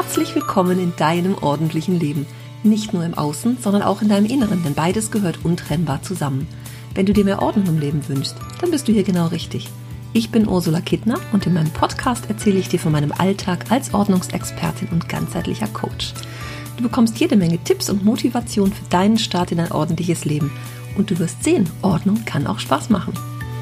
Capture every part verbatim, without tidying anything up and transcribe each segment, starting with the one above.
Herzlich willkommen in deinem ordentlichen Leben. Nicht nur im Außen, sondern auch in deinem Inneren, denn beides gehört untrennbar zusammen. Wenn du dir mehr Ordnung im Leben wünschst, dann bist du hier genau richtig. Ich bin Ursula Kittner und in meinem Podcast erzähle ich dir von meinem Alltag als Ordnungsexpertin und ganzheitlicher Coach. Du bekommst jede Menge Tipps und Motivation für deinen Start in ein ordentliches Leben. Und du wirst sehen, Ordnung kann auch Spaß machen.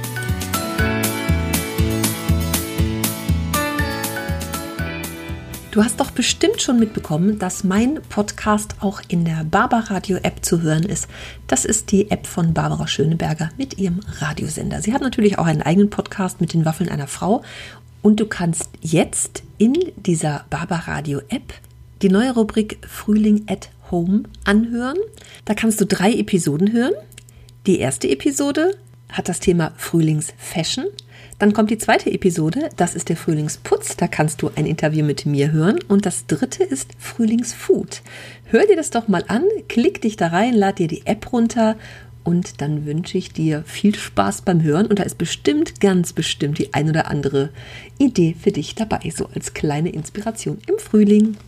Du hast doch bestimmt schon mitbekommen, dass mein Podcast auch in der Barbaradio-App zu hören ist. Das ist die App von Barbara Schöneberger mit ihrem Radiosender. Sie hat natürlich auch einen eigenen Podcast mit den Waffeln einer Frau. Und du kannst jetzt in dieser Barbaradio-App die neue Rubrik Frühling at Home anhören. Da kannst du drei Episoden hören. Die erste Episode hat das Thema Frühlingsfashion. Dann kommt die zweite Episode, das ist der Frühlingsputz, da kannst du ein Interview mit mir hören. Und das dritte ist Frühlingsfood. Hör dir das doch mal an, klick dich da rein, lad dir die App runter und dann wünsche ich dir viel Spaß beim Hören. Und da ist bestimmt, ganz bestimmt die ein oder andere Idee für dich dabei, so als kleine Inspiration im Frühling.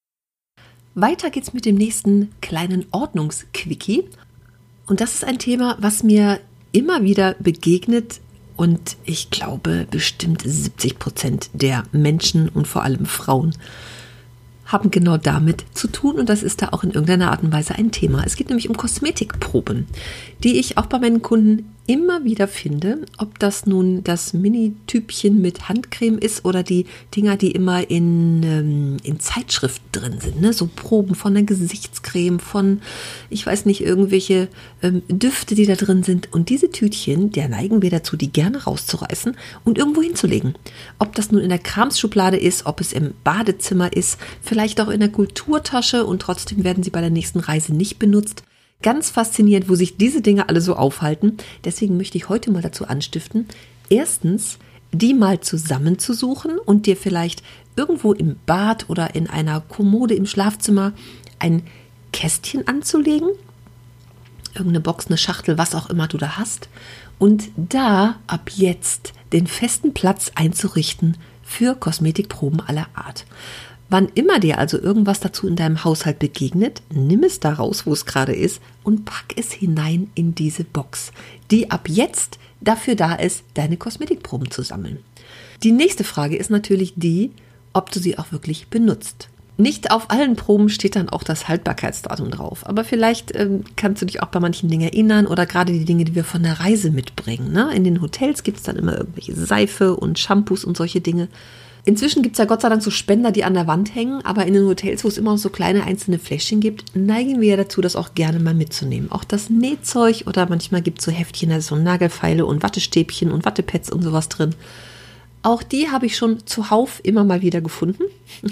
Weiter geht's mit dem nächsten kleinen Ordnungsquickie. Und das ist ein Thema, was mir immer wieder begegnet. Und ich glaube, bestimmt siebzig Prozent der Menschen und vor allem Frauen haben genau damit zu tun. Und das ist da auch in irgendeiner Art und Weise ein Thema. Es geht nämlich um Kosmetikproben, die ich auch bei meinen Kunden immer wieder finde. Ob das nun das Mini-Tübchen mit Handcreme ist oder die Dinger, die immer in, ähm, in Zeitschriften drin sind. Ne? So Proben von der Gesichtscreme, von, ich weiß nicht, irgendwelche ähm, Düfte, die da drin sind. Und diese Tütchen, der neigen wir dazu, die gerne rauszureißen und irgendwo hinzulegen. Ob das nun in der Kramsschublade ist, ob es im Badezimmer ist, vielleicht auch in der Kulturtasche und trotzdem werden sie bei der nächsten Reise nicht benutzt. Ganz faszinierend, wo sich diese Dinge alle so aufhalten. Deswegen möchte ich heute mal dazu anstiften, erstens, die mal zusammenzusuchen und dir vielleicht irgendwo im Bad oder in einer Kommode im Schlafzimmer ein Kästchen anzulegen. Irgendeine Box, eine Schachtel, was auch immer du da hast. Und da ab jetzt den festen Platz einzurichten für Kosmetikproben aller Art. Wann immer dir also irgendwas dazu in deinem Haushalt begegnet, nimm es da raus, wo es gerade ist und pack es hinein in diese Box, die ab jetzt dafür da ist, deine Kosmetikproben zu sammeln. Die nächste Frage ist natürlich die, ob du sie auch wirklich benutzt. Nicht auf allen Proben steht dann auch das Haltbarkeitsdatum drauf, aber vielleicht ähm, kannst du dich auch bei manchen Dingen erinnern oder gerade die Dinge, die wir von der Reise mitbringen. Ne? In den Hotels gibt es dann immer irgendwelche Seife und Shampoos und solche Dinge. Inzwischen gibt es ja Gott sei Dank so Spender, die an der Wand hängen, aber in den Hotels, wo es immer so kleine einzelne Fläschchen gibt, neigen wir ja dazu, das auch gerne mal mitzunehmen. Auch das Nähzeug oder manchmal gibt es so Heftchen, da ist so Nagelfeile und Wattestäbchen und Wattepads und sowas drin. Auch die habe ich schon zuhauf immer mal wieder gefunden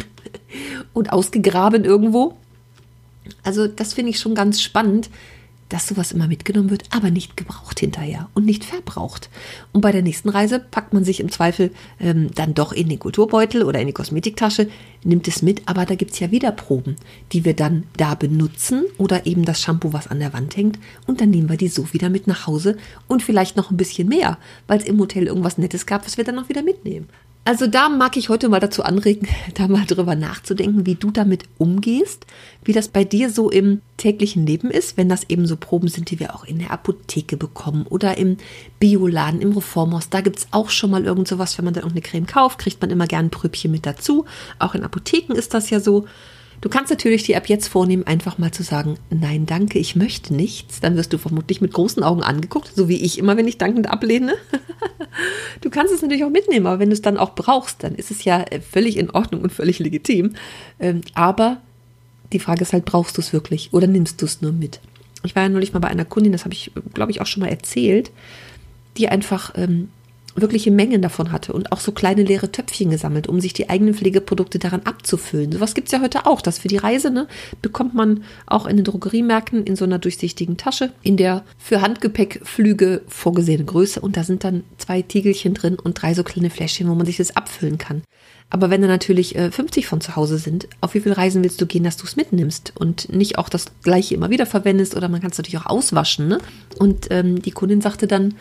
und ausgegraben irgendwo. Also das finde ich schon ganz spannend, dass sowas immer mitgenommen wird, aber nicht gebraucht hinterher und nicht verbraucht. Und bei der nächsten Reise packt man sich im Zweifel ähm, dann doch in den Kulturbeutel oder in die Kosmetiktasche, nimmt es mit, aber da gibt es ja wieder Proben, die wir dann da benutzen oder eben das Shampoo, was an der Wand hängt und dann nehmen wir die so wieder mit nach Hause und vielleicht noch ein bisschen mehr, weil es im Hotel irgendwas Nettes gab, was wir dann noch wieder mitnehmen. Also da mag ich heute mal dazu anregen, da mal drüber nachzudenken, wie du damit umgehst, wie das bei dir so im täglichen Leben ist, wenn das eben so Proben sind, die wir auch in der Apotheke bekommen oder im Bioladen, im Reformhaus. Da gibt es auch schon mal irgend sowas, wenn man da irgendeine Creme kauft, kriegt man immer gern ein Pröbchen mit dazu. Auch in Apotheken ist das ja so. Du kannst natürlich die ab jetzt vornehmen, einfach mal zu sagen, nein, danke, ich möchte nichts. Dann wirst du vermutlich mit großen Augen angeguckt, so wie ich immer, wenn ich dankend ablehne. Du kannst es natürlich auch mitnehmen, aber wenn du es dann auch brauchst, dann ist es ja völlig in Ordnung und völlig legitim. Aber die Frage ist halt, brauchst du es wirklich oder nimmst du es nur mit? Ich war ja neulich mal bei einer Kundin, das habe ich, glaube ich, auch schon mal erzählt, die einfach ähm, wirkliche Mengen davon hatte und auch so kleine leere Töpfchen gesammelt, um sich die eigenen Pflegeprodukte daran abzufüllen. Sowas gibt es ja heute auch. Das für die Reise, ne, bekommt man auch in den Drogeriemärkten in so einer durchsichtigen Tasche in der für Handgepäckflüge vorgesehene Größe und da sind dann zwei Tiegelchen drin und drei so kleine Fläschchen, wo man sich das abfüllen kann. Aber wenn da natürlich äh, fünfzig von zu Hause sind, auf wie viele Reisen willst du gehen, dass du es mitnimmst und nicht auch das Gleiche immer wieder verwendest oder man kann es natürlich auch auswaschen, ne? Und ähm, die Kundin sagte dann,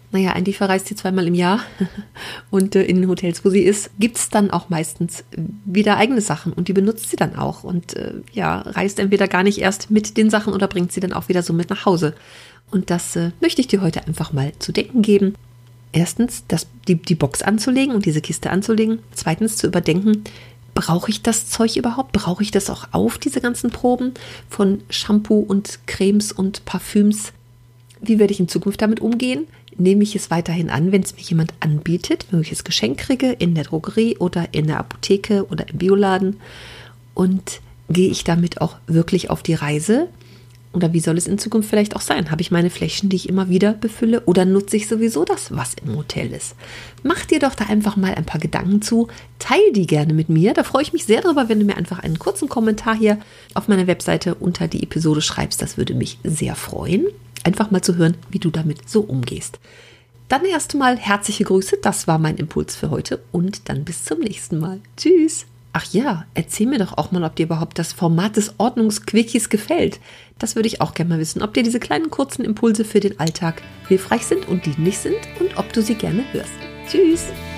naja, eigentlich verreist sie zweimal im Jahr und äh, in den Hotels, wo sie ist, gibt es dann auch meistens wieder eigene Sachen und die benutzt sie dann auch und äh, ja, reist entweder gar nicht erst mit den Sachen oder bringt sie dann auch wieder so mit nach Hause. Und das äh, möchte ich dir heute einfach mal zu denken geben. Erstens, das, die, die Box anzulegen und diese Kiste anzulegen. Zweitens, zu überdenken, brauche ich das Zeug überhaupt? Brauche ich das auch auf, diese ganzen Proben von Shampoo und Cremes und Parfüms? Wie werde ich in Zukunft damit umgehen? Nehme ich es weiterhin an, wenn es mir jemand anbietet, wenn ich es Geschenk kriege, in der Drogerie oder in der Apotheke oder im Bioladen? Und gehe ich damit auch wirklich auf die Reise? Oder wie soll es in Zukunft vielleicht auch sein? Habe ich meine Fläschchen, die ich immer wieder befülle, oder nutze ich sowieso das, was im Hotel ist? Mach dir doch da einfach mal ein paar Gedanken zu. Teil die gerne mit mir. Da freue ich mich sehr drüber, wenn du mir einfach einen kurzen Kommentar hier auf meiner Webseite unter die Episode schreibst. Das würde mich sehr freuen. Einfach mal zu hören, wie du damit so umgehst. Dann erst einmal herzliche Grüße. Das war mein Impuls für heute und dann bis zum nächsten Mal. Tschüss. Ach ja, erzähl mir doch auch mal, ob dir überhaupt das Format des Ordnungsquickies gefällt. Das würde ich auch gerne mal wissen, ob dir diese kleinen kurzen Impulse für den Alltag hilfreich sind und dienlich sind und ob du sie gerne hörst. Tschüss!